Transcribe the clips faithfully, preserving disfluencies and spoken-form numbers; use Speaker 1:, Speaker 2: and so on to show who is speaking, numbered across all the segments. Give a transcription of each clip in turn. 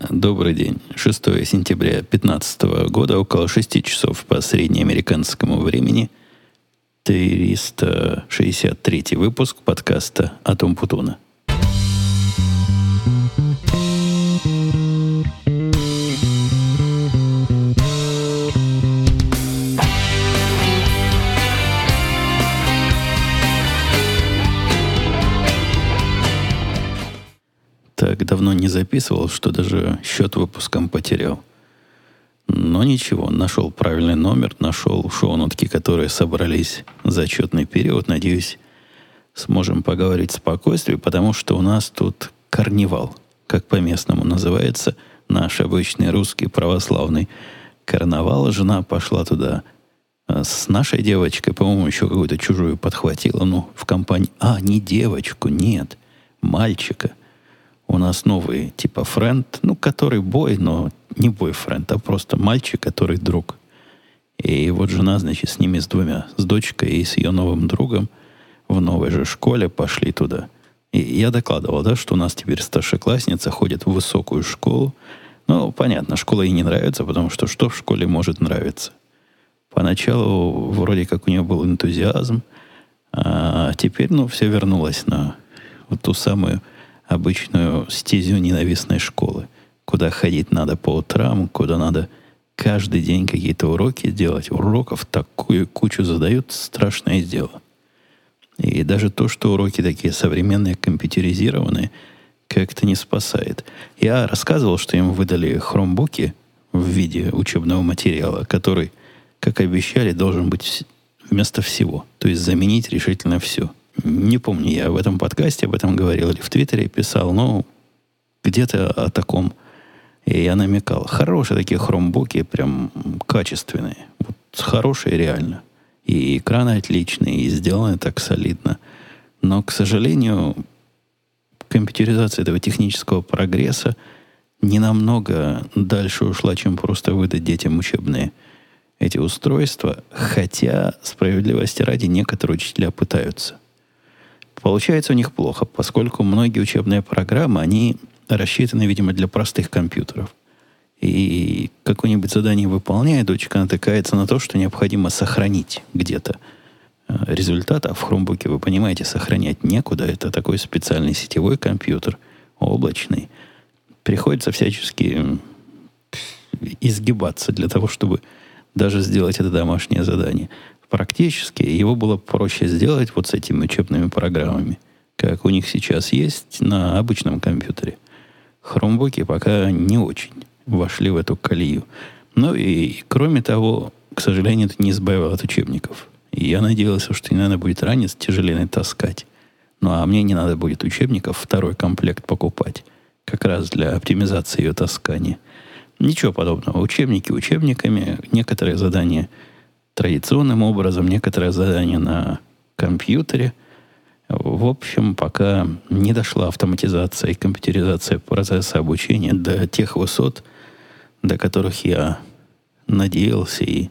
Speaker 1: Добрый день. шестое сентября две тысячи пятнадцатого года, около шести часов по среднеамериканскому времени. триста шестьдесят третий выпуск подкаста «Атом Путуна». Так давно не записывал, что даже счет выпускам потерял. Но ничего, нашел правильный номер, нашел шоу-нотки, которые собрались за отчетный период. Надеюсь, сможем поговорить в спокойствии, потому что у нас тут карнивал, как по-местному называется, наш обычный русский православный карнавал. Жена пошла туда с нашей девочкой, по-моему, еще какую-то чужую подхватила, ну, в компании. А, не девочку, нет, мальчика. У нас новый типа френд, ну, который бой, но не бойфренд, а просто мальчик, который друг. И вот жена, значит, с ними, с двумя, с дочкой и с ее новым другом в новой же школе пошли туда. И я докладывал, да, что у нас теперь старшеклассница ходит в высокую школу. Ну, понятно, школа ей не нравится, потому что что в школе может нравиться? Поначалу вроде как у нее был энтузиазм, а теперь, ну, все вернулось на вот ту самую обычную стезю ненавистной школы, куда ходить надо по утрам, куда надо каждый день какие-то уроки делать. Уроков такую кучу задают, страшное дело. И даже то, что уроки такие современные, компьютеризированные, как-то не спасает. Я рассказывал, что им выдали хромбуки в виде учебного материала, который, как обещали, должен быть вместо всего. То есть заменить решительно все. Не помню, я в этом подкасте об этом говорил или в Твиттере писал, но где-то о таком и я намекал. Хорошие такие хромбуки, прям качественные. Вот хорошие реально. И экраны отличные, и сделаны так солидно. Но, к сожалению, компьютеризация этого технического прогресса не намного дальше ушла, чем просто выдать детям учебные эти устройства. Хотя, справедливости ради, некоторые учителя пытаются. Получается у них плохо, поскольку многие учебные программы, они рассчитаны, видимо, для простых компьютеров. И какое-нибудь задание выполняя, дочка натыкается на то, что необходимо сохранить где-то результат. А в хромбуке, вы понимаете, сохранять некуда. Это такой специальный сетевой компьютер, облачный. Приходится всячески изгибаться для того, чтобы даже сделать это домашнее задание. Практически его было проще сделать вот с этими учебными программами, как у них сейчас есть на обычном компьютере. Хромбуки пока не очень вошли в эту колею. Ну и, кроме того, к сожалению, это не избавило от учебников. И я надеялся, что не надо будет ранец тяжеленный таскать. Ну а мне не надо будет учебников второй комплект покупать. Как раз для оптимизации ее таскания. Ничего подобного. Учебники учебниками, некоторые задания традиционным образом, некоторые задания на компьютере. В общем, пока не дошла автоматизация и компьютеризация процесса обучения до тех высот, до которых я надеялся и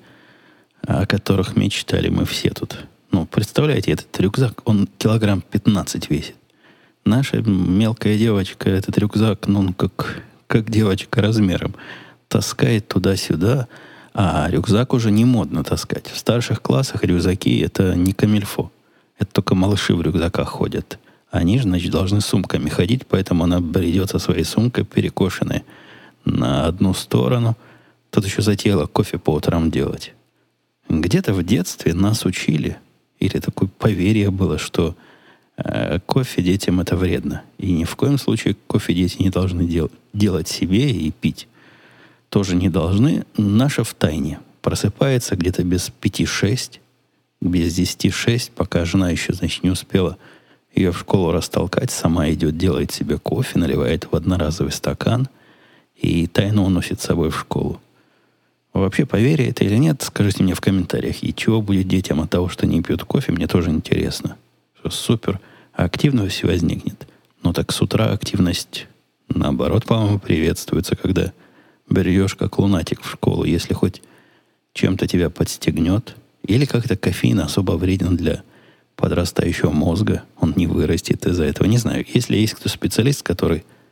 Speaker 1: о которых мечтали мы все тут. Ну, представляете, этот рюкзак, он килограмм пятнадцать весит. Наша мелкая девочка этот рюкзак, ну, как, как девочка размером, таскает туда-сюда. А рюкзак уже не модно таскать. В старших классах рюкзаки – это не камильфо. Это только малыши в рюкзаках ходят. Они же, значит, должны сумками ходить, поэтому она бредет со своей сумкой, перекошенной на одну сторону. Тут еще затеяла кофе по утрам делать. Где-то в детстве нас учили, или такое поверье было, что э, кофе детям – это вредно. И ни в коем случае кофе дети не должны дел- делать себе и пить. Тоже не должны. Наша втайне просыпается где-то без пяти шесть, без десяти шесть, пока жена еще, значит, не успела ее в школу растолкать, сама идет, делает себе кофе, наливает в одноразовый стакан и тайно уносит с собой в школу. Вообще, поверье это или нет, скажите мне в комментариях. И чего будет детям от того, что они пьют кофе, мне тоже интересно. Что супер, а активность возникнет. Но так с утра активность, наоборот, по-моему, приветствуется, когда берешь как лунатик в школу, если хоть чем-то тебя подстегнет, или как-то кофеин особо вреден для подрастающего мозга, он не вырастет из-за этого. Не знаю, если есть кто специалист, который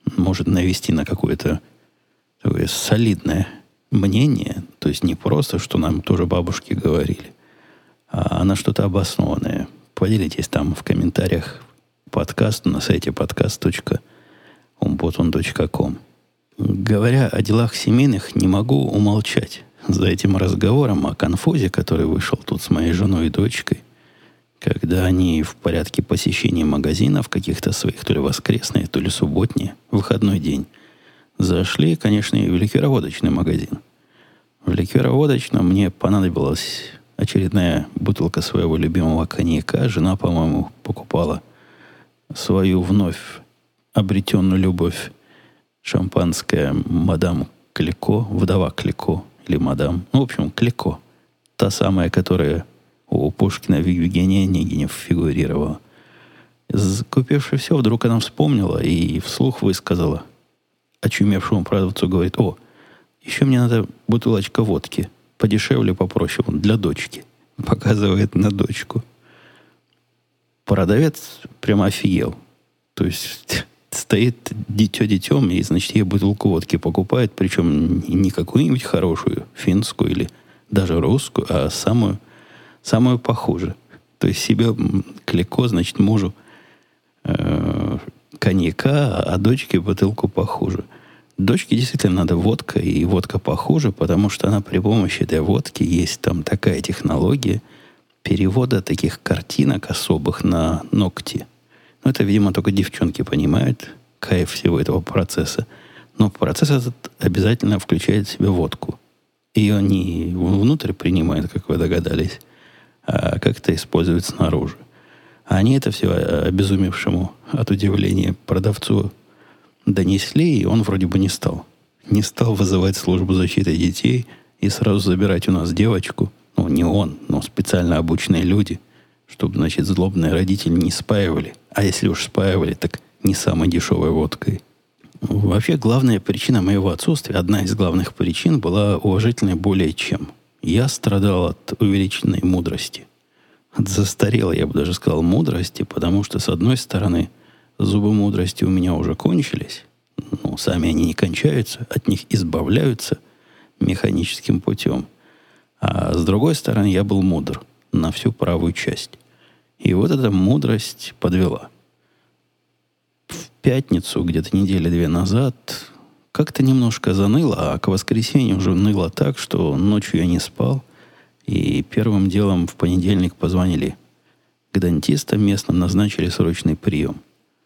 Speaker 1: может навести на какое-то такое солидное мнение, то есть не просто, что нам тоже бабушки говорили, а на что-то обоснованное. Поделитесь там в комментариях подкасту на сайте подкаст точка умпутун точка ком. Говоря о делах семейных, не могу умолчать за этим разговором о конфузе, который вышел тут с моей женой и дочкой, когда они в порядке посещения магазинов каких-то своих, то ли воскресные, то ли субботние, выходной день, зашли, конечно, и в ликероводочный магазин. В ликероводочном мне понадобилась очередная бутылка своего любимого коньяка. Жена, по-моему, покупала свою вновь обретенную любовь шампанское мадам Клико, вдова Клико или мадам. Ну, в общем, Клико. Та самая, которая у Пушкина в Евгении Онегине фигурировала. Купивши все, вдруг она вспомнила и вслух высказала очумевшему продавцу, говорит: о, еще мне надо бутылочка водки. Подешевле, попроще, вон, для дочки. Показывает на дочку. Продавец прямо офигел. То есть стоит дитё детем, и, значит, ей бутылку водки покупает, причем не какую-нибудь хорошую, финскую или даже русскую, а самую, самую похуже. То есть себе Клико, значит, мужу э, коньяка, а дочке бутылку похуже. Дочке действительно надо водка, и водка похуже, потому что она при помощи этой водки, есть там такая технология перевода таких картинок особых на ногти. Ну, это, видимо, только девчонки понимают кайф всего этого процесса. Но процесс этот обязательно включает в себя водку. Ее не внутрь принимают, как вы догадались, а как-то используют снаружи. А они это все обезумевшему от удивления продавцу донесли, и он вроде бы не стал. Не стал вызывать службу защиты детей и сразу забирать у нас девочку. Ну, не он, но специально обученные люди, чтобы, значит, злобные родители не спаивали. А если уж спаивали, так не самой дешевой водкой. Вообще, главная причина моего отсутствия, одна из главных причин, была уважительной более чем. Я страдал от увеличенной мудрости. От застарелой, я бы даже сказал, мудрости, потому что, с одной стороны, зубы мудрости у меня уже кончились. Ну, сами они не кончаются, от них избавляются механическим путем. А с другой стороны, я был мудр на всю правую часть. И вот эта мудрость подвела. В пятницу, где-то недели-две назад, как-то немножко заныло, а к воскресенью уже ныло так, что ночью я не спал. И первым делом в понедельник позвонили к дантистам местным, назначили срочный прием.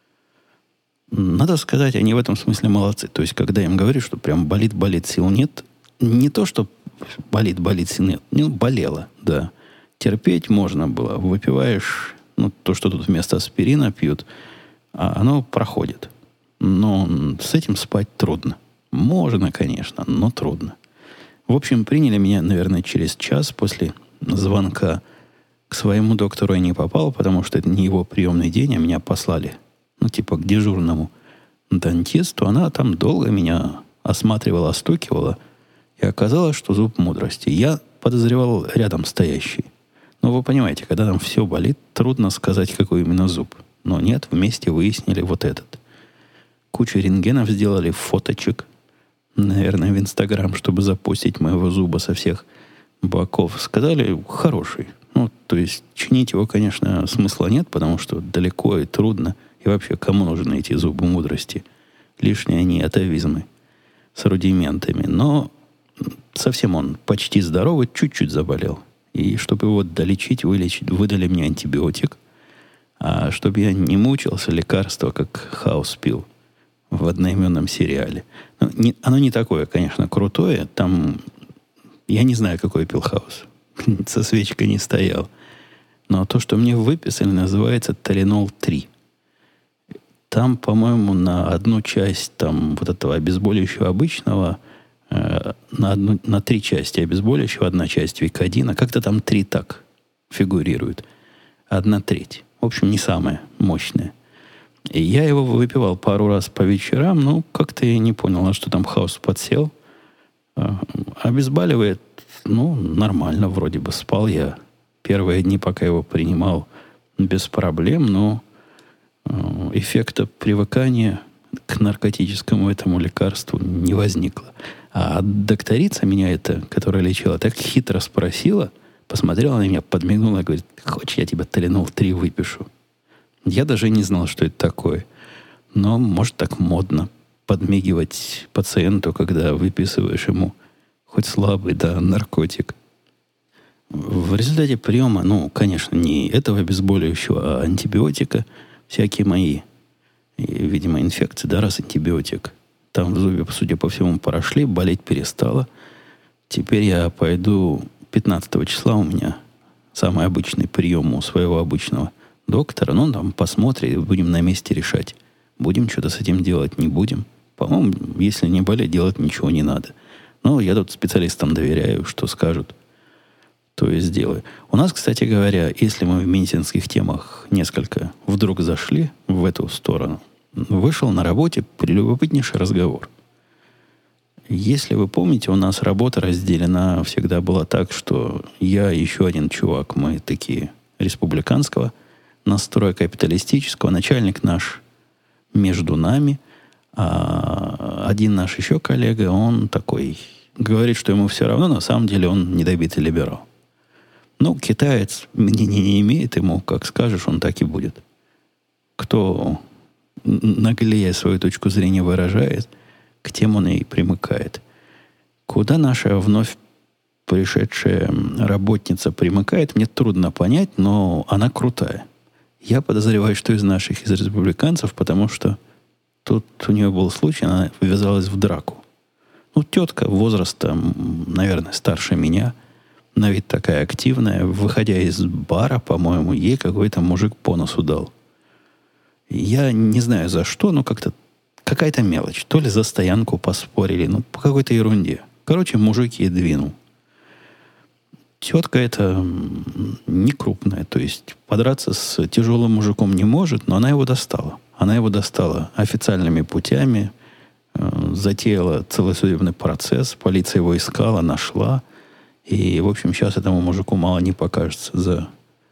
Speaker 1: Надо сказать, они в этом смысле молодцы. То есть, когда им говорю, что прям болит-болит, сил нет, не то, что болит-болит, сил нет, ну, болело, да. Терпеть можно было. Выпиваешь, ну, то, что тут вместо аспирина пьют, а оно проходит. Но с этим спать трудно. Можно, конечно, но трудно. В общем, приняли меня, наверное, через час после звонка. К своему доктору я не попал, потому что это не его приемный день, а меня послали, ну, типа, к дежурному дантисту. Она там долго меня осматривала, остукивала, и оказалось, что зуб мудрости. Я подозревал рядом стоящий. Но вы понимаете, когда там все болит, трудно сказать, какой именно зуб. Но нет, вместе выяснили вот этот. Кучу рентгенов сделали, фоточек, наверное, в Инстаграм, чтобы запустить моего зуба со всех боков. Сказали, хороший. Ну, то есть, чинить его, конечно, смысла нет, потому что далеко и трудно. И вообще, кому нужны эти зубы мудрости? Лишние они атовизмы с рудиментами. Но совсем он почти здоровый, чуть-чуть заболел. И чтобы его долечить, вылечить, выдали мне антибиотик. А чтобы я не мучился, лекарство, как Хаус пил в одноименном сериале. Ну, не, оно не такое, конечно, крутое. Там, я не знаю, какой пил Хаус. Со свечкой не стоял. Но то, что мне выписали, называется Толинол три. Там, по-моему, на одну часть там, вот этого обезболивающего обычного, э, на, одну, на три части обезболивающего, одна часть викодина, как-то там три так фигурируют. Одна треть. В общем, не самая мощная. И я его выпивал пару раз по вечерам, но как-то я не понял, на что там Хаус подсел. Э, обезболивает, ну, нормально вроде бы. Спал я первые дни, пока его принимал, без проблем, но эффекта привыкания к наркотическому этому лекарству не возникло. А докторица меня это, которая лечила, так хитро спросила, посмотрела на меня, подмигнула и говорит: хочешь, я тебя Тиленол три выпишу? Я даже не знал, что это такое. Но, может, так модно подмигивать пациенту, когда выписываешь ему хоть слабый, да, наркотик. В результате приема, ну, конечно, не этого обезболивающего, а антибиотика, всякие мои, и, видимо, инфекции, да, раз антибиотик. Там в зубе, судя по всему, прошли, болеть перестало. Теперь я пойду пятнадцатого числа, у меня самый обычный прием у своего обычного доктора. Ну, там посмотрим, и будем на месте решать. Будем что-то с этим делать, не будем. По-моему, если не болеть, делать ничего не надо. Но я тут специалистам доверяю, что скажут, то и сделаю. У нас, кстати говоря, если мы в медицинских темах несколько вдруг зашли в эту сторону, вышел на работе прелюбопытнейший разговор. Если вы помните, у нас работа разделена всегда была так, что я и еще один чувак, мы такие республиканского настроя, капиталистического, начальник наш между нами, а один наш еще коллега, он такой, говорит, что ему все равно, на самом деле он недобитый либерал. Ну, китаец мнения не имеет, ему, как скажешь, он так и будет. Кто наглее свою точку зрения выражает, к тем он и примыкает. Куда наша вновь пришедшая работница примыкает, мне трудно понять, но она крутая. Я подозреваю, что из наших, из республиканцев, потому что тут у нее был случай, она ввязалась в драку. Ну, тетка возрастом, наверное, старше меня, на вид такая активная, выходя из бара, по-моему, ей какой-то мужик по носу дал. Я не знаю за что, но как-то какая-то мелочь. То ли за стоянку поспорили, ну, по какой-то ерунде. Короче, мужик ей двинул. Тетка эта не крупная, то есть подраться с тяжелым мужиком не может, но она его достала. Она его достала официальными путями, э, затеяла целый судебный процесс, полиция его искала, нашла. И, в общем, сейчас этому мужику мало не покажется за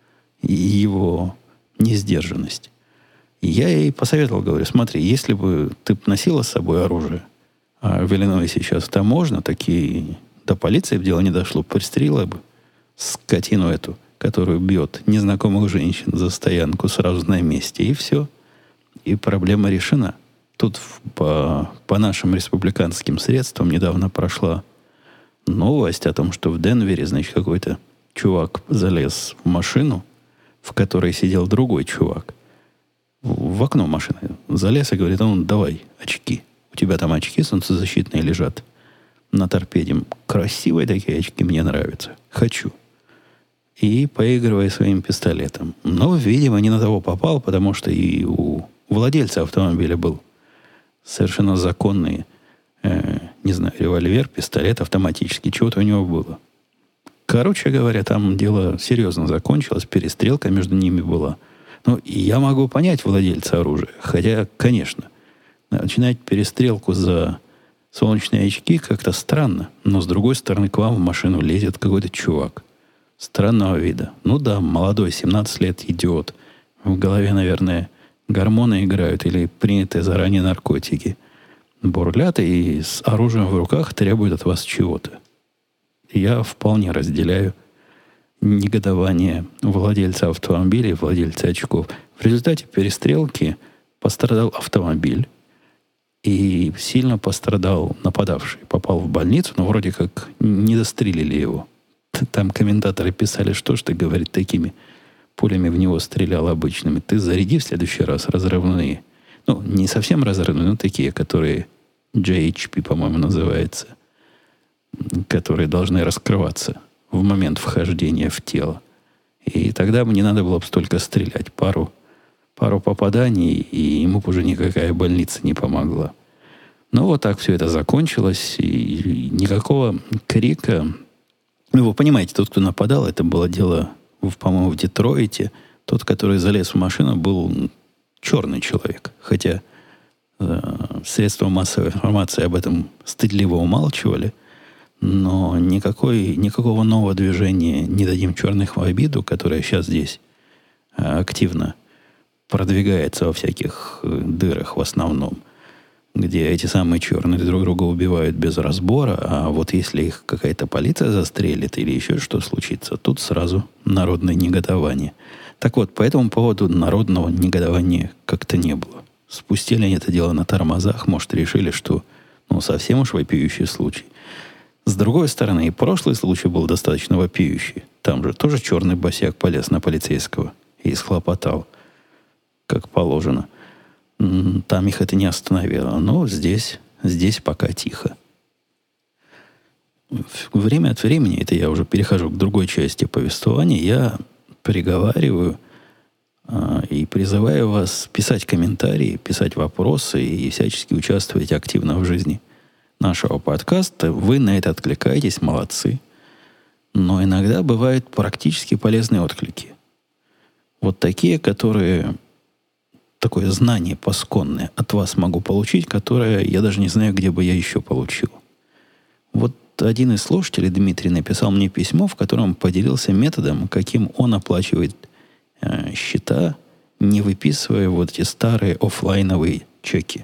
Speaker 1: его несдержанность. И я ей посоветовал, говорю, смотри, если бы ты носила с собой оружие, а в Иллинойсе сейчас это можно, такие до полиции в дело не дошло, пристрелила бы скотину эту, которую бьет незнакомых женщин за стоянку сразу на месте, и все. И проблема решена. Тут по, по нашим республиканским средствам недавно прошла новость о том, что в Денвере, значит, какой-то чувак залез в машину, в которой сидел другой чувак. В окно машины залез и говорит: ну, давай очки. У тебя там очки солнцезащитные лежат на торпеде. Красивые такие очки, мне нравятся. Хочу. И поигрывая своим пистолетом. Но, видимо, не на того попал, потому что и у владельца автомобиля был совершенно законный, э, не знаю, револьвер, пистолет автоматический. Чего-то у него было. Короче говоря, там дело серьезно закончилось. Перестрелка между ними была. Ну, я могу понять владельца оружия. Хотя, конечно, начинать перестрелку за солнечные очки как-то странно. Но, с другой стороны, к вам в машину лезет какой-то чувак странного вида. Ну да, молодой, семнадцать лет, идиот. В голове, наверное, гормоны играют или принятые заранее наркотики. Бурлят и с оружием в руках требуют от вас чего-то. Я вполне разделяю негодование владельца автомобиля и владельца очков. В результате перестрелки пострадал автомобиль и сильно пострадал нападавший. Попал в больницу, но вроде как не дострелили его. Там комментаторы писали, что ж ты, говорит, такими пулями в него стрелял обычными. Ты заряди в следующий раз разрывные. Ну, не совсем разрывные, но такие, которые джей эйч пи, по-моему, называется, которые должны раскрываться в момент вхождения в тело. И тогда бы не надо было бы столько стрелять. Пару, пару попаданий, и ему бы уже никакая больница не помогла. Но вот так все это закончилось, и никакого крика. Ну, вы понимаете, тот, кто нападал, это было дело, по-моему, в Детройте. Тот, который залез в машину, был черный человек. Хотя э, средства массовой информации об этом стыдливо умалчивали. Но никакой, никакого нового движения не дадим черных в обиду, которое сейчас здесь активно продвигается во всяких дырах в основном. где эти самые черные друг друга убивают без разбора, а вот если их какая-то полиция застрелит или еще что случится, тут сразу народное негодование. Так вот, по этому поводу народного негодования как-то не было. Спустили они это дело на тормозах, может, решили, что ну, совсем уж вопиющий случай. С другой стороны, и прошлый случай был достаточно вопиющий. Там же тоже черный босяк полез на полицейского и схлопотал, как положено. Там их это не остановило. Но здесь, здесь пока тихо. Время от времени, это я уже перехожу к другой части повествования, я приговариваю э, и призываю вас писать комментарии, писать вопросы и всячески участвовать активно в жизни нашего подкаста. Вы на это откликаетесь, молодцы. Но иногда бывают практически полезные отклики. Вот такие, которые... Такое знание пасконное от вас могу получить, которое я даже не знаю, где бы я еще получил. Вот один из слушателей, Дмитрий, написал мне письмо, в котором поделился методом, каким он оплачивает э, счета, не выписывая вот эти старые офлайновые чеки.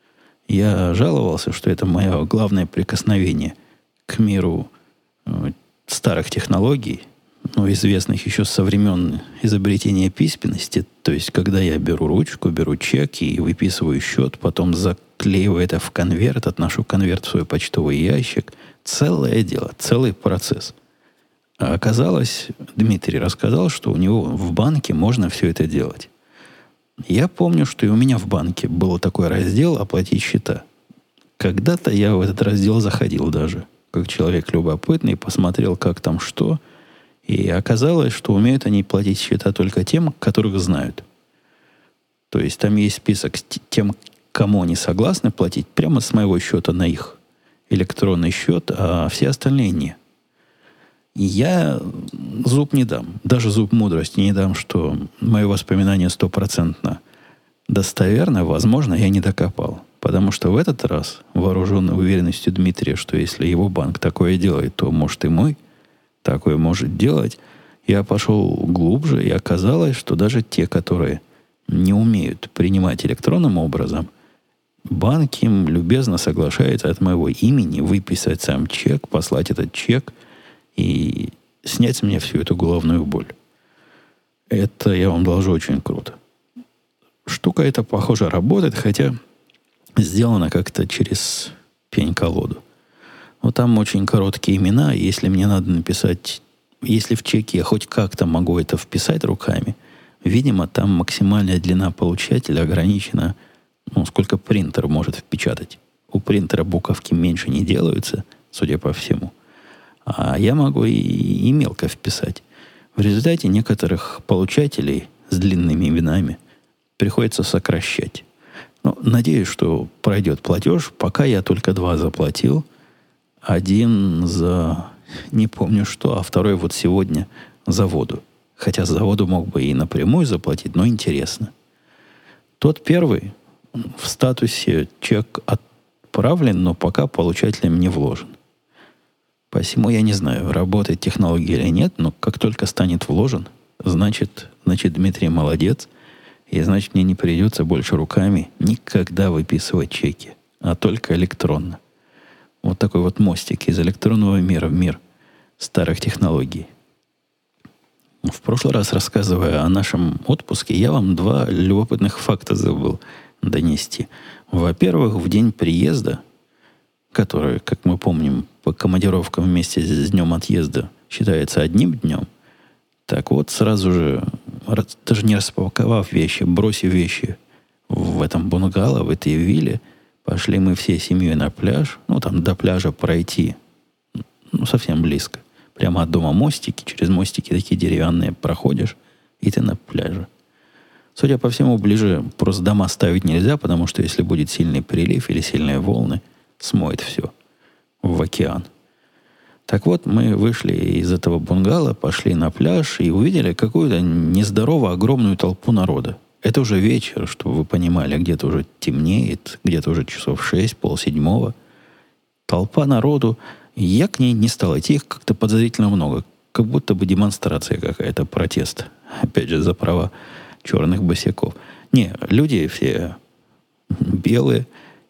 Speaker 1: Я жаловался, что это мое главное прикосновение к миру э, старых технологий, ну, известных еще со времен изобретения письменности. То есть, когда я беру ручку, беру чек и выписываю счет, потом заклеиваю это в конверт, отношу конверт в свой почтовый ящик. Целое дело, целый процесс. А оказалось, Дмитрий рассказал, что у него в банке можно все это делать. Я помню, что и у меня в банке был такой раздел «Оплатить счета». Когда-то я в этот раздел заходил даже, как человек любопытный, посмотрел, как там что. И оказалось, что умеют они платить счета только тем, которых знают. То есть там есть список с тем, кому они согласны платить, прямо с моего счета на их электронный счет, а все остальные не. И я зуб не дам, даже зуб мудрости не дам, что мое воспоминание стопроцентно достоверно, возможно, я не докопал. Потому что в этот раз, вооруженный уверенностью Дмитрия, что если его банк такое делает, то может и мой такое может делать, я пошел глубже, и оказалось, что даже те, которые не умеют принимать электронным образом, банк им любезно соглашается от моего имени выписать сам чек, послать этот чек и снять с меня всю эту головную боль. Это, я вам доложу, очень круто. Штука эта, похоже, работает, хотя сделана как-то через пень-колоду. Вот там очень короткие имена. Если мне надо написать... Если в чеке я хоть как-то могу это вписать руками, видимо, там максимальная длина получателя ограничена, ну, сколько принтер может впечатать. У принтера буковки меньше не делаются, судя по всему. А я могу и, и мелко вписать. В результате некоторых получателей с длинными именами приходится сокращать. Но надеюсь, что пройдет платеж. Пока я только два заплатил. Один за не помню что, а второй вот сегодня за воду. Хотя за воду мог бы и напрямую заплатить, но интересно. Тот первый в статусе чек отправлен, но пока получателем не вложен. Посему я не знаю, работает технология или нет, но как только станет вложен, значит, значит Дмитрий молодец, и значит мне не придется больше руками никогда выписывать чеки, а только электронно. Вот такой вот мостик из электронного мира в мир старых технологий. В прошлый раз, рассказывая о нашем отпуске, я вам два любопытных факта забыл донести. Во-первых, в день приезда, который, как мы помним, по командировкам вместе с днем отъезда считается одним днем, так вот, сразу же, даже не распаковав вещи, бросив вещи в этом бунгало, в этой вилле, пошли мы всей семьей на пляж. Ну, там до пляжа пройти, ну, совсем близко. Прямо от дома мостики, через мостики такие деревянные проходишь, и ты на пляже. Судя по всему, ближе просто дома ставить нельзя, потому что если будет сильный прилив или сильные волны, смоет все в океан. Так вот, мы вышли из этого бунгало, пошли на пляж и увидели какую-то нездорово огромную толпу народа. Это уже вечер, чтобы вы понимали, где-то уже темнеет, где-то уже часов шесть, полседьмого. Толпа народу. Я к ней не стал идти, их как-то подозрительно много. Как будто бы демонстрация какая-то, протест. Опять же, за права черных босяков. Не, люди все белые,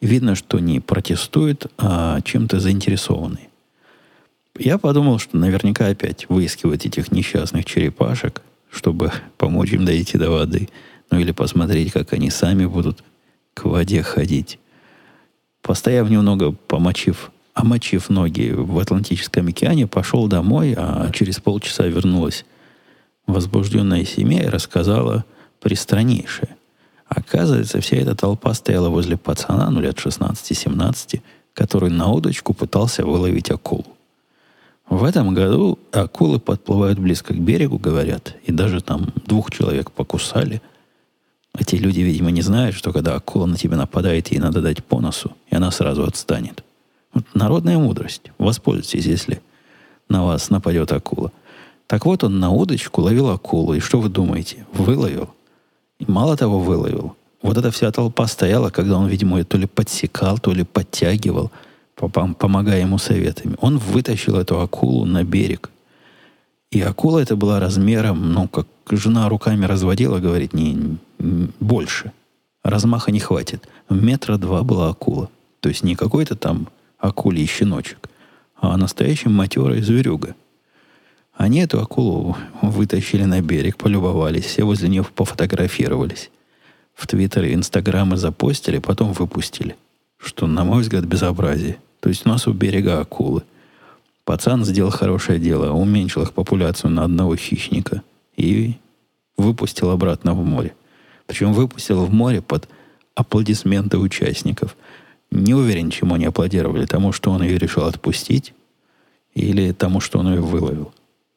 Speaker 1: видно, что не протестуют, а чем-то заинтересованы. Я подумал, что наверняка опять выискивают этих несчастных черепашек, чтобы помочь им дойти до воды. Ну или посмотреть, как они сами будут к воде ходить. Постояв немного, помочив, омочив ноги в Атлантическом океане, пошел домой, а через полчаса вернулась возбужденная семья и рассказала пристраннейшее. Оказывается, вся эта толпа стояла возле пацана, ну лет шестнадцати-семнадцати, который на удочку пытался выловить акулу. В этом году акулы подплывают близко к берегу, говорят, и даже там двух человек покусали. Эти люди, видимо, не знают, что когда акула на тебя нападает, ей надо дать по носу, и она сразу отстанет. Вот народная мудрость. Воспользуйтесь, если на вас нападет акула. Так вот, он на удочку ловил акулу, и что вы думаете? Выловил. И мало того выловил. Вот эта вся толпа стояла, когда он, видимо, ее то ли подсекал, то ли подтягивал, помогая ему советами. Он вытащил эту акулу на берег. И акула эта была размером, ну, как жена руками разводила, говорит, не, не больше. Размаха не хватит. Метра два была акула. То есть не какой-то там акулий щеночек, а настоящий матерый зверюга. Они эту акулу вытащили на берег, полюбовались, все возле нее пофотографировались. В Твиттер и Инстаграмы запостили, потом выпустили. Что, на мой взгляд, безобразие. То есть у нас у берега акулы. Пацан сделал хорошее дело, уменьшил их популяцию на одного хищника и выпустил обратно в море. Причем выпустил в море под аплодисменты участников. Не уверен, чему они аплодировали. Тому, что он ее решил отпустить, или тому, что он ее выловил.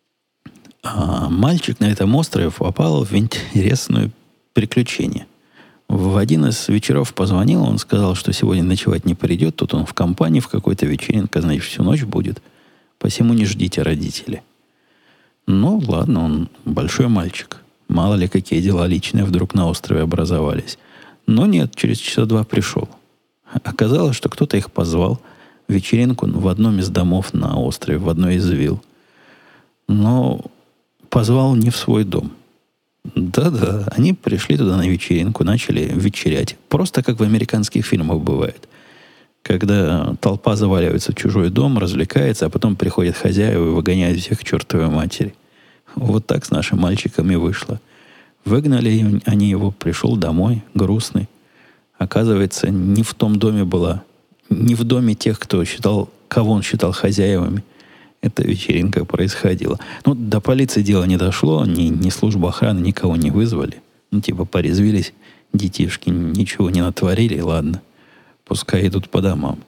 Speaker 1: А мальчик на этом острове попал в интересное приключение. В один из вечеров позвонил, он сказал, что сегодня ночевать не придет. Тут он в компании, в какой-то вечеринке, значит, всю ночь будет. Посему не ждите родителей. Ну, ладно, он большой мальчик. Мало ли, какие дела личные вдруг на острове образовались. Но нет, через часа два пришел. Оказалось, что кто-то их позвал в вечеринку в одном из домов на острове, в одной из вилл. Но позвал не в свой дом. Да-да, они пришли туда на вечеринку, начали вечерять. Просто как в американских фильмах бывает. Когда толпа заваливается в чужой дом, развлекается, а потом приходят хозяева и выгоняют всех к чертовой матери. Вот так с нашим мальчиком и вышло. Выгнали они его, пришел домой, грустный. Оказывается, не в том доме была, не в доме тех, кто считал, кого он считал хозяевами. Эта вечеринка происходила. Ну, до полиции дело не дошло, ни, ни служба охраны никого не вызвали. Ну, типа, порезвились детишки, ничего не натворили, ладно. Пускай идут по домам.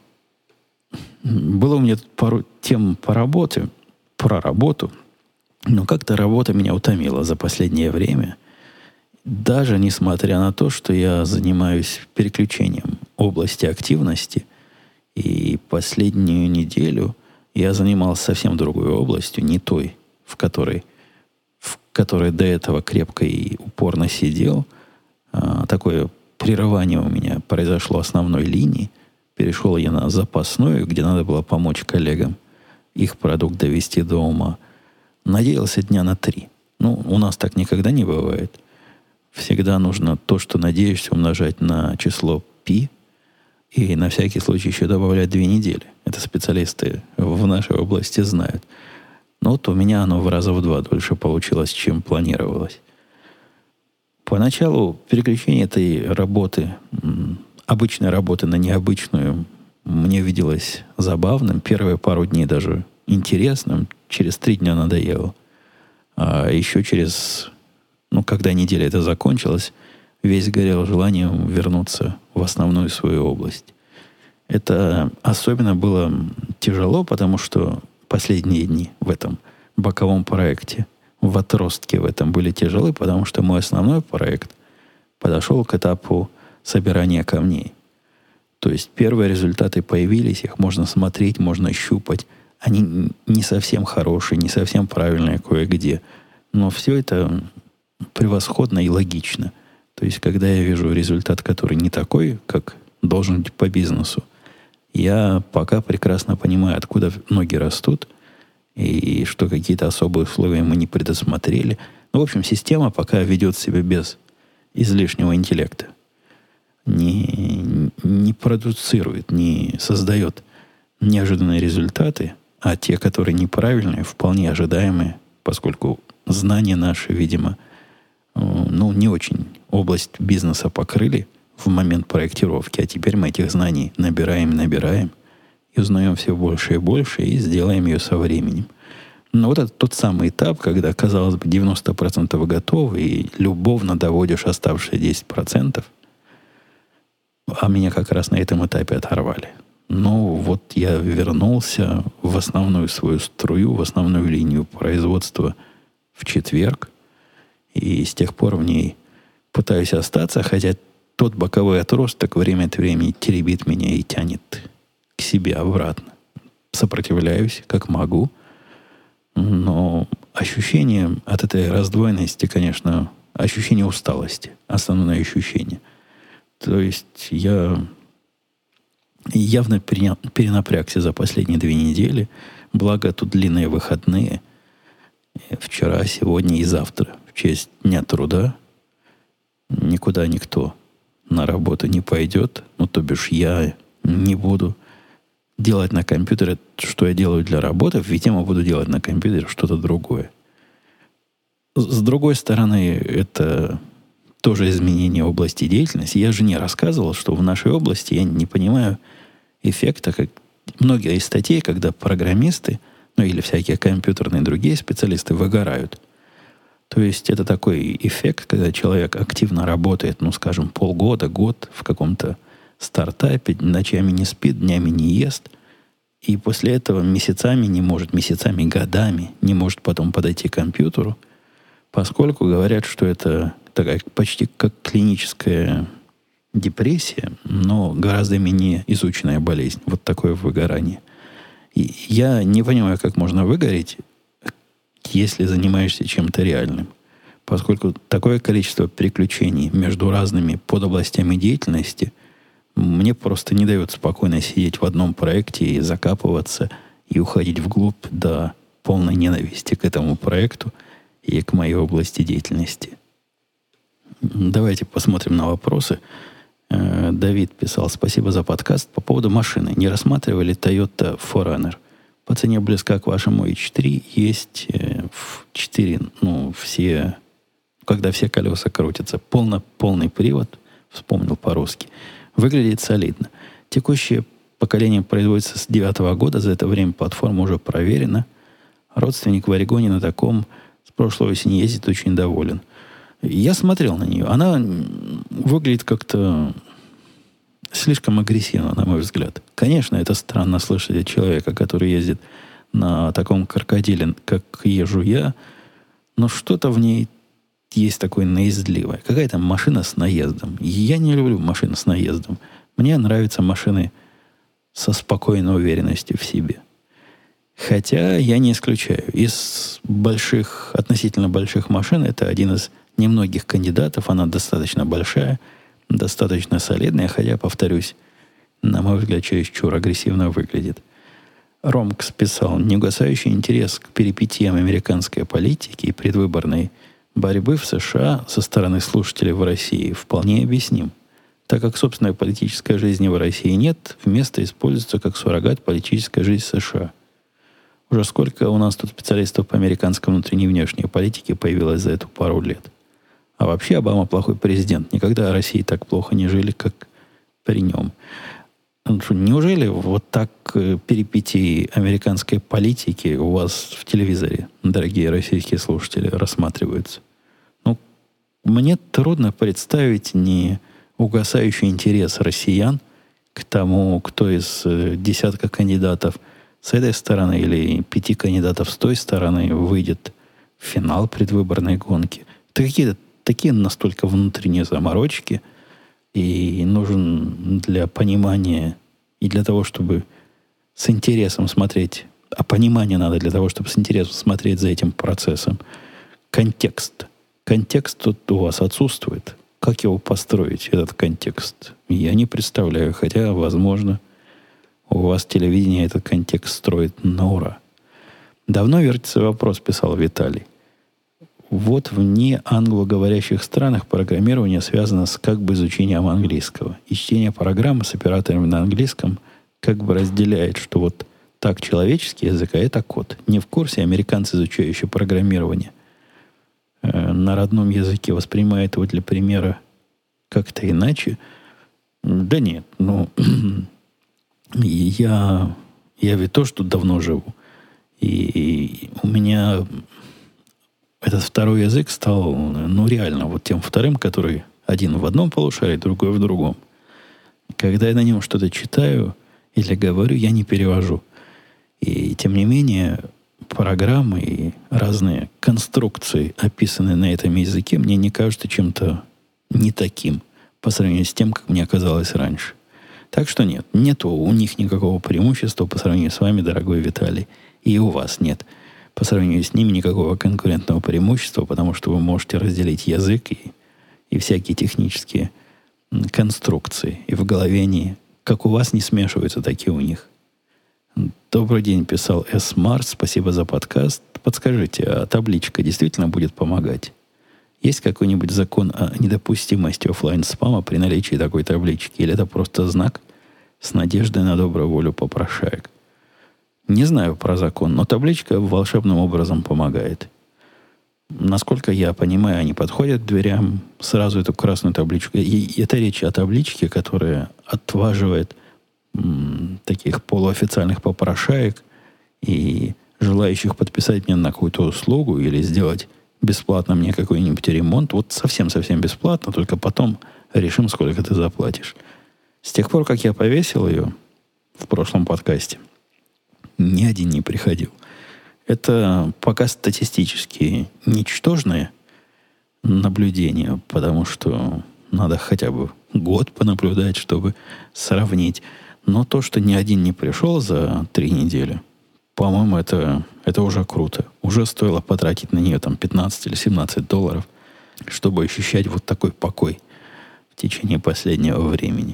Speaker 1: Было у меня тут пару тем по работе, про работу. Но как-то работа меня утомила за последнее время. Даже несмотря на то, что я занимаюсь переключением области активности. И последнюю неделю я занимался совсем другой областью, не той, в которой, в которой до этого крепко и упорно сидел. А, такое прерывание у меня произошло основной линии. Перешел я на запасную, где надо было помочь коллегам их продукт довести до ума. Надеялся дня на три. Ну, у нас так никогда не бывает. Всегда нужно то, что надеешься, умножать на число π, и на всякий случай еще добавлять две недели. Это специалисты в нашей области знают. Но вот у меня оно в раза в два дольше получилось, чем планировалось. Поначалу переключение этой работы, обычной работы на необычную, мне виделось забавным. Первые пару дней даже интересным. Через три дня надоело. А еще через... Ну, когда неделя эта закончилась, весь горел желанием вернуться в основную свою область. Это особенно было тяжело, потому что последние дни в этом боковом проекте, в отростке в этом были тяжелы, потому что мой основной проект подошел к этапу собирания камней. То есть первые результаты появились, их можно смотреть, можно щупать. Они не совсем хорошие, не совсем правильные кое-где. Но все это превосходно и логично. То есть, когда я вижу результат, который не такой, как должен быть по бизнесу, я пока прекрасно понимаю, откуда ноги растут, и что какие-то особые условия мы не предусмотрели. Ну, в общем, система пока ведет себя без излишнего интеллекта. не, не продуцирует, не создает неожиданные результаты, а те, которые неправильные, вполне ожидаемые, поскольку знания наши, видимо, ну, не очень область бизнеса покрыли в момент проектировки, а теперь мы этих знаний набираем, набираем, и узнаем все больше и больше, и сделаем ее со временем. Но вот это тот самый этап, когда, казалось бы, девяносто процентов готовы, и любовно доводишь оставшиеся десять процентов, а меня как раз на этом этапе оторвали. Ну, вот я вернулся в основную свою струю, в основную линию производства в четверг, и с тех пор в ней пытаюсь остаться, хотя тот боковой отросток время от времени теребит меня и тянет к себе обратно. Сопротивляюсь, как могу, но ощущение от этой раздвоенности, конечно, ощущение усталости, основное ощущение. То есть я явно перенапрягся за последние две недели, благо тут длинные выходные. Вчера, сегодня и завтра, в честь Дня труда, никуда никто на работу не пойдет, ну, то бишь я не буду делать на компьютере, что я делаю для работы, видимо, буду делать на компьютере что-то другое. С другой стороны, это тоже изменение области деятельности. Я же не рассказывал, что в нашей области я не понимаю эффекта, как многие из статей, когда программисты, ну или всякие компьютерные другие специалисты выгорают. То есть это такой эффект, когда человек активно работает, ну, скажем, полгода, год в каком-то стартапе, ночами не спит, днями не ест, и после этого месяцами не может, месяцами, годами не может потом подойти к компьютеру, поскольку говорят, что это такая почти как клиническая депрессия, но гораздо менее изученная болезнь. Вот такое выгорание. И я не понимаю, как можно выгореть, если занимаешься чем-то реальным. Поскольку такое количество переключений между разными подобластями деятельности мне просто не дает спокойно сидеть в одном проекте и закапываться, и уходить вглубь до полной ненависти к этому проекту и к моей области деятельности. Давайте посмотрим на вопросы. Давид писал: спасибо за подкаст. По поводу машины. Не рассматривали Toyota фор раннер? По цене близка к вашему эйч три. Есть в четыре, ну, все, когда все колеса крутятся. Полно, полный привод. Вспомнил по-русски. Выглядит солидно. Текущее поколение производится с девятого года. За это время платформа уже проверена. Родственник в Орегоне на таком с прошлой осени ездит, очень доволен. Я смотрел на нее. Она выглядит как-то слишком агрессивно, на мой взгляд. Конечно, это странно слышать от человека, который ездит на таком крокодиле, как езжу я, но что-то в ней есть такое наездливое. Какая-то машина с наездом. Я не люблю машины с наездом. Мне нравятся машины со спокойной уверенностью в себе. Хотя я не исключаю. Из больших, относительно больших машин, это один из немногих кандидатов. Она достаточно большая, достаточно солидная, хотя, повторюсь, на мой взгляд, чересчур агрессивно выглядит. Ромкс писал: неугасающий интерес к перипетиям американской политики и предвыборной борьбы в США со стороны слушателей в России вполне объясним, так как собственной политической жизни в России нет, вместо используется как суррогат политической жизни США. Уже сколько у нас тут специалистов по американской внутренней и внешней политике появилось за эту пару лет. А вообще Обама плохой президент. Никогда о России так плохо не жили, как при нем. Неужели вот так перипетии американской политики у вас в телевизоре, дорогие российские слушатели, рассматриваются? Ну, мне трудно представить не угасающий интерес россиян к тому, кто из десятка кандидатов с этой стороны или пяти кандидатов с той стороны выйдет в финал предвыборной гонки. Это какие-то такие настолько внутренние заморочки, и нужен для понимания и для того, чтобы с интересом смотреть, а понимание надо для того, чтобы с интересом смотреть за этим процессом. Контекст. Контекст тут у вас отсутствует. Как его построить, этот контекст? Я не представляю, хотя, возможно, у вас телевидение этот контекст строит на ура. Давно вертится вопрос, писал Виталий. Вот в неанглоговорящих странах программирование связано с как бы изучением английского. И чтение программы с операторами на английском как бы разделяет, что вот так человеческий язык, а это код. Не в курсе американцы, изучающие программирование, э, на родном языке воспринимают его для примера как-то иначе. Да нет, ну, я, я ведь тоже тут давно живу. И, и у меня этот второй язык стал, ну, реально, вот тем вторым, который один в одном полушарии, другой в другом. Когда я на нем что-то читаю или говорю, я не перевожу. И, тем не менее, программы и разные конструкции, описанные на этом языке, мне не кажутся чем-то не таким по сравнению с тем, как мне казалось раньше. Так что нет, нету у них никакого преимущества по сравнению с вами, дорогой Виталий. И у вас нет по сравнению с ними никакого конкурентного преимущества, потому что вы можете разделить язык и, и всякие технические конструкции. И в голове они, как у вас, не смешиваются, так и у них. Добрый день, писал С. Марс. Спасибо за подкаст. Подскажите, а табличка действительно будет помогать? Есть какой-нибудь закон о недопустимости офлайн-спама при наличии такой таблички? Или это просто знак с надеждой на добрую волю попрошаек? Не знаю про закон, но табличка волшебным образом помогает. Насколько я понимаю, они подходят к дверям, сразу эту красную табличку. И это речь о табличке, которая отваживает м, таких полуофициальных попрошаек и желающих подписать мне на какую-то услугу или сделать бесплатно мне какой-нибудь ремонт. Вот совсем-совсем бесплатно, только потом решим, сколько ты заплатишь. С тех пор, как я повесил ее в прошлом подкасте, ни один не приходил. Это пока статистически ничтожное наблюдение, потому что надо хотя бы год понаблюдать, чтобы сравнить. Но то, что ни один не пришел за три недели, по-моему, это, это уже круто. Уже стоило потратить на нее там пятнадцать или семнадцать долларов, чтобы ощущать вот такой покой в течение последнего времени.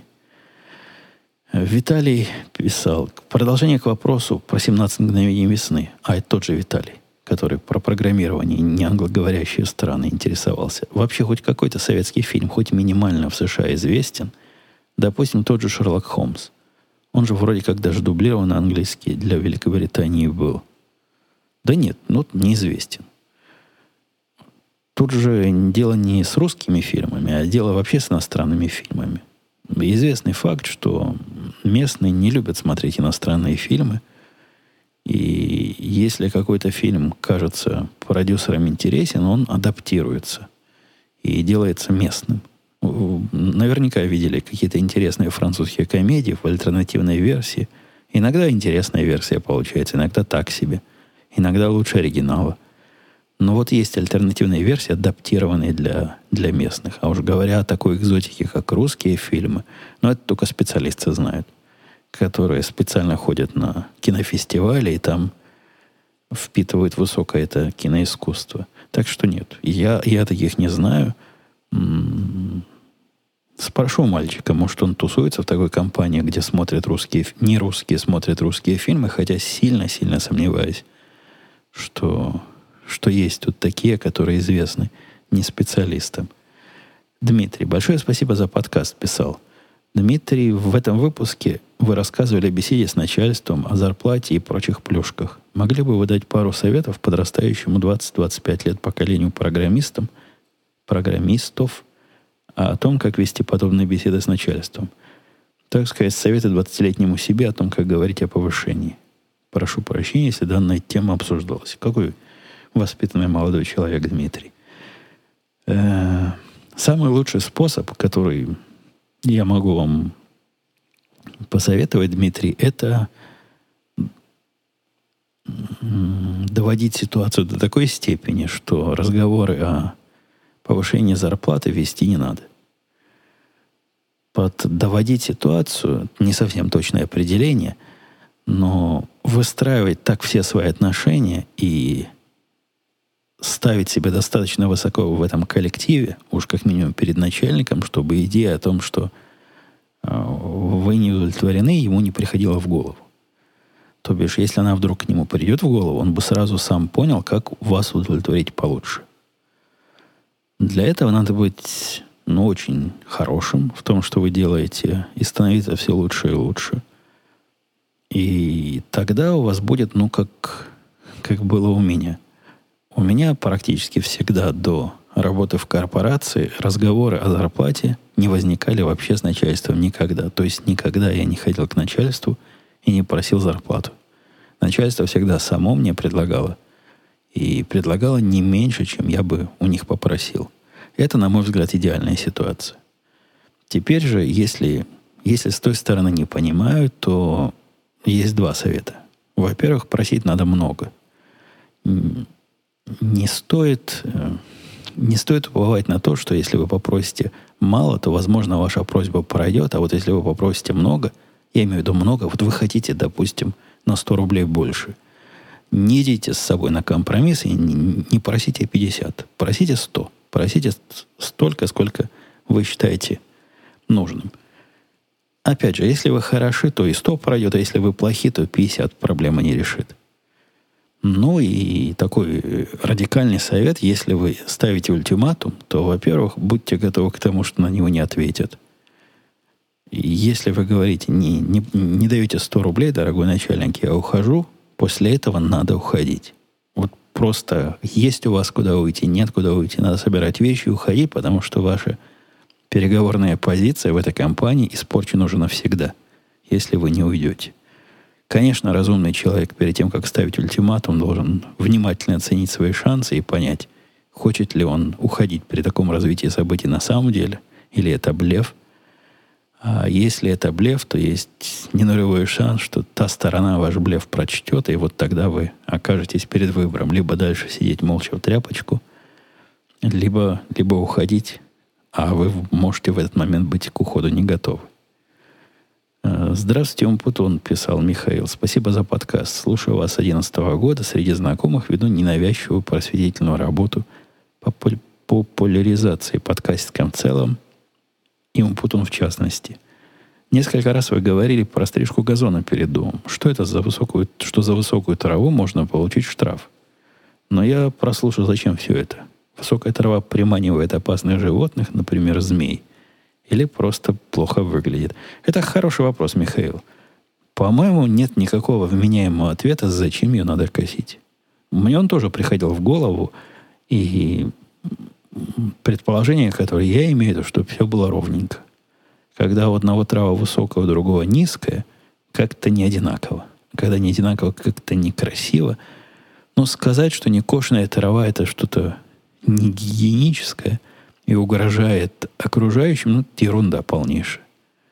Speaker 1: Виталий писал, продолжение к вопросу про семнадцать мгновений весны. А это тот же Виталий, который про программирование не англоговорящие страны интересовался. Вообще хоть какой-то советский фильм, хоть минимально в США известен. Допустим, тот же Шерлок Холмс. Он же вроде как даже дублирован на английский для Великобритании был. Да нет, ну неизвестен. Тут же дело не с русскими фильмами, а дело вообще с иностранными фильмами. Известный факт, что местные не любят смотреть иностранные фильмы. И если какой-то фильм кажется продюсерам интересен, он адаптируется и делается местным. Наверняка видели какие-то интересные французские комедии в альтернативной версии. Иногда интересная версия получается, иногда так себе. Иногда лучше оригинала. Но вот есть альтернативные версии, адаптированные для, для местных. А уж говоря о такой экзотике, как русские фильмы, но это только специалисты знают, которые специально ходят на кинофестивали и там впитывают высокое это киноискусство. Так что нет, я, я таких не знаю. М-м- спрошу мальчика, может, он тусуется в такой компании, где смотрят русские, не русские смотрят русские фильмы, хотя сильно-сильно сомневаюсь, что... что есть тут такие, которые известны не специалистам. Дмитрий, большое спасибо за подкаст, писал. Дмитрий, в этом выпуске вы рассказывали о беседе с начальством, о зарплате и прочих плюшках. Могли бы вы дать пару советов подрастающему двадцать-двадцать пять лет поколению программистам, программистов, о том, как вести подобные беседы с начальством? Так сказать, советы двадцатилетнему себе о том, как говорить о повышении. Прошу прощения, если данная тема обсуждалась. Какой воспитанный молодой человек Дмитрий. Э-э- самый лучший способ, который я могу вам посоветовать, Дмитрий, это доводить ситуацию до такой степени, что разговоры о повышении зарплаты вести не надо. Под доводить ситуацию не совсем точное определение, но выстраивать так все свои отношения и ставить себя достаточно высоко в этом коллективе, уж как минимум перед начальником, чтобы идея о том, что э, вы не удовлетворены, ему не приходила в голову. То бишь, если она вдруг к нему придет в голову, он бы сразу сам понял, как вас удовлетворить получше. Для этого надо быть, ну, очень хорошим в том, что вы делаете, и становиться все лучше и лучше. И тогда у вас будет, ну, как, как было у меня. У меня практически всегда до работы в корпорации разговоры о зарплате не возникали вообще с начальством никогда. То есть никогда я не ходил к начальству и не просил зарплату. Начальство всегда само мне предлагало. И предлагало не меньше, чем я бы у них попросил. Это, на мой взгляд, идеальная ситуация. Теперь же, если, если с той стороны не понимают, то есть два совета. Во-первых, просить надо много. Не стоит, не стоит уповать на то, что если вы попросите мало, то, возможно, ваша просьба пройдет. А вот если вы попросите много, я имею в виду много, вот вы хотите, допустим, на сто рублей больше. Не идите с собой на компромисс и не, не просите пятьдесят. Просите сто. Просите столько, сколько вы считаете нужным. Опять же, если вы хороши, то и сто пройдет, а если вы плохи, то пятьдесят проблемы не решит. Ну и такой радикальный совет, если вы ставите ультиматум, то, во-первых, будьте готовы к тому, что на него не ответят. И если вы говорите, не, не, не даете сто рублей, дорогой начальник, я ухожу, после этого надо уходить. Вот просто есть у вас куда уйти, нет куда уйти, надо собирать вещи и уходить, потому что ваша переговорная позиция в этой компании испорчена уже навсегда, если вы не уйдете. Конечно, разумный человек перед тем, как ставить ультиматум, должен внимательно оценить свои шансы и понять, хочет ли он уходить при таком развитии событий на самом деле, или это блеф. А если это блеф, то есть ненулевой шанс, что та сторона ваш блеф прочтет, и вот тогда вы окажетесь перед выбором. Либо дальше сидеть молча в тряпочку, либо, либо уходить, а вы можете в этот момент быть к уходу не готовы. Здравствуйте, Умпутун, писал Михаил. Спасибо за подкаст. Слушаю вас с две тысячи одиннадцатого года. Среди знакомых веду ненавязчивую просветительную работу по популяризации подкастикам в целом и Умпутун в частности. Несколько раз вы говорили про стрижку газона перед домом. Что это за высокую, что за высокую траву можно получить штраф? Но я прослушал, зачем все это. Высокая трава приманивает опасных животных, например, змей. Или просто плохо выглядит? Это хороший вопрос, Михаил. По-моему, нет никакого вменяемого ответа, зачем ее надо косить. Мне он тоже приходил в голову, и предположение, которое я имею, что все было ровненько. Когда у одного трава высокая, у другого низкая, как-то не одинаково. Когда не одинаково, как-то некрасиво. Но сказать, что некошенная трава – это что-то не гигиеническое – и угрожает окружающим, ну, ерунда полнейшая.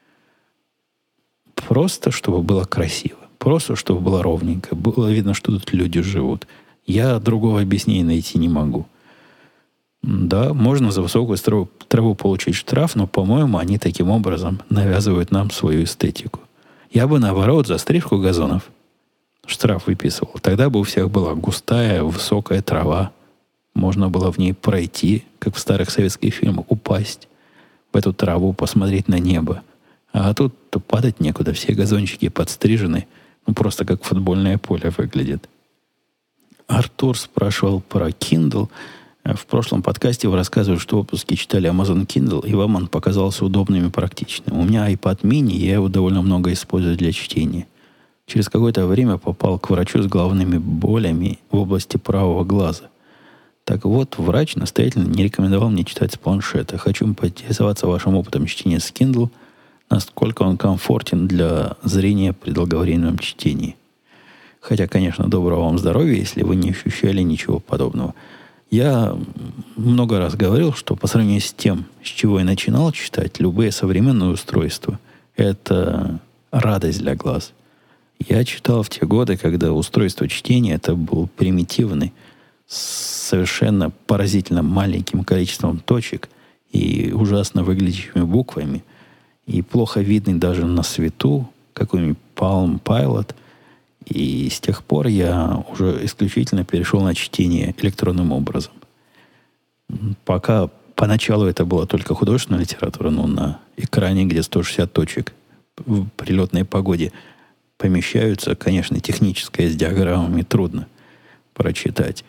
Speaker 1: Просто, чтобы было красиво. Просто, чтобы было ровненько. Было видно, что тут люди живут. Я другого объяснения найти не могу. Да, можно за высокую траву, траву получить штраф, но, по-моему, они таким образом навязывают нам свою эстетику. Я бы, наоборот, за стрижку газонов штраф выписывал. Тогда бы у всех была густая, высокая трава. Можно было в ней пройти, как в старых советских фильмах, упасть в эту траву, посмотреть на небо. А тут падать некуда. Все газончики подстрижены. Ну, просто как футбольное поле выглядит. Артур спрашивал про Kindle. В прошлом подкасте вы рассказывали, что в отпуске читали Amazon Kindle, и вам он показался удобным и практичным. У меня iPad mini, и я его довольно много использую для чтения. Через какое-то время попал к врачу с головными болями в области правого глаза. Так вот, врач настоятельно не рекомендовал мне читать с планшета. Хочу поинтересоваться вашим опытом чтения с Kindle, насколько он комфортен для зрения при долговременном чтении. Хотя, конечно, доброго вам здоровья, если вы не ощущали ничего подобного. Я много раз говорил, что по сравнению с тем, с чего я начинал читать, любые современные устройства – это радость для глаз. Я читал в те годы, когда устройство чтения – это был примитивный, с совершенно поразительно маленьким количеством точек и ужасно выглядящими буквами, и плохо видный даже на свету, какой-нибудь Palm Pilot. И с тех пор я уже исключительно перешел на чтение электронным образом. Пока поначалу это была только художественная литература, но на экране, где сто шестьдесят точек в прилетной погоде помещаются, конечно, техническое с диаграммами трудно прочитать.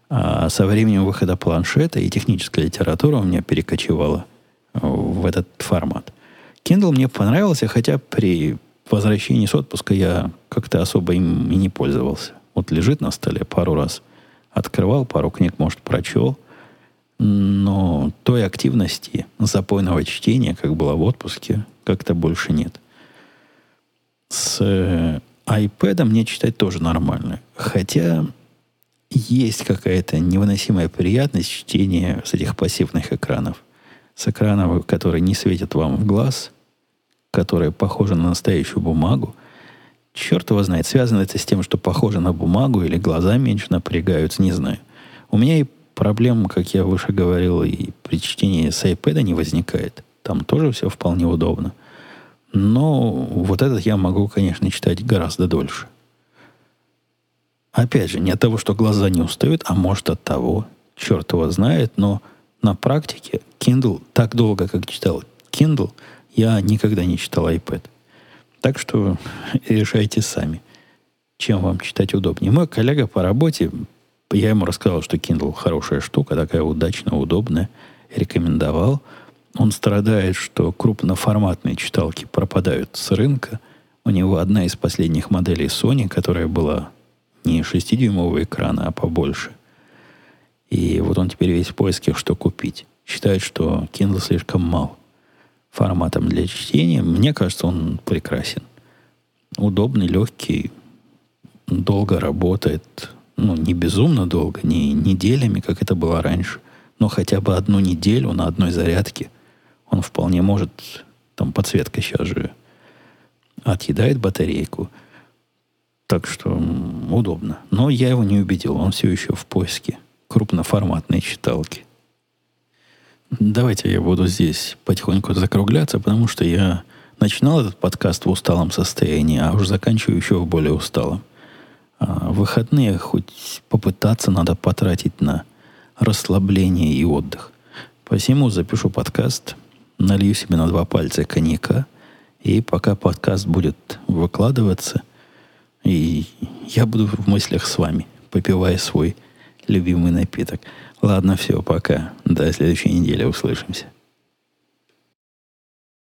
Speaker 1: А со временем выхода планшета и техническая литература у меня перекочевала в этот формат. Kindle мне понравился, хотя при возвращении с отпуска я как-то особо им и не пользовался. Вот лежит на столе, пару раз открывал, пару книг, может, прочел. Но той активности запойного чтения, как было в отпуске, как-то больше нет. С iPad мне читать тоже нормально. Хотя есть какая-то невыносимая приятность чтения с этих пассивных экранов. С экранов, которые не светят вам в глаз, которые похожи на настоящую бумагу. Черт его знает, связано это с тем, что похоже на бумагу, или глаза меньше напрягаются, не знаю. У меня и проблем, как я выше говорил, и при чтении с iPad не возникает. Там тоже все вполне удобно. Но вот этот я могу, конечно, читать гораздо дольше. Опять же, не от того, что глаза не устают, а может от того, черт его знает, но на практике Kindle так долго, как читал Kindle, я никогда не читал iPad. Так что решайте сами, чем вам читать удобнее. Мой коллега по работе, я ему рассказал, что Kindle хорошая штука, такая удачная, удобная, рекомендовал. Он страдает, что крупноформатные читалки пропадают с рынка. У него одна из последних моделей Sony, которая была не шестидюймового экрана, а побольше. И вот он теперь весь в поиске, что купить. Считает, что Kindle слишком мал форматом для чтения. Мне кажется, он прекрасен. Удобный, легкий, долго работает. Ну, не безумно долго, не неделями, как это было раньше, но хотя бы одну неделю на одной зарядке он вполне может, там подсветка сейчас же отъедает батарейку. Так что м, удобно. Но я его не убедил, он все еще в поиске крупноформатной читалки. Давайте я буду здесь потихоньку закругляться, потому что я начинал этот подкаст в усталом состоянии, а уж заканчиваю еще в более усталом. А выходные хоть попытаться надо потратить на расслабление и отдых. Посему запишу подкаст, налью себе на два пальца коньяка, и пока подкаст будет выкладываться, и я буду в мыслях с вами, попивая свой любимый напиток. Ладно, все, пока. До следующей недели услышимся.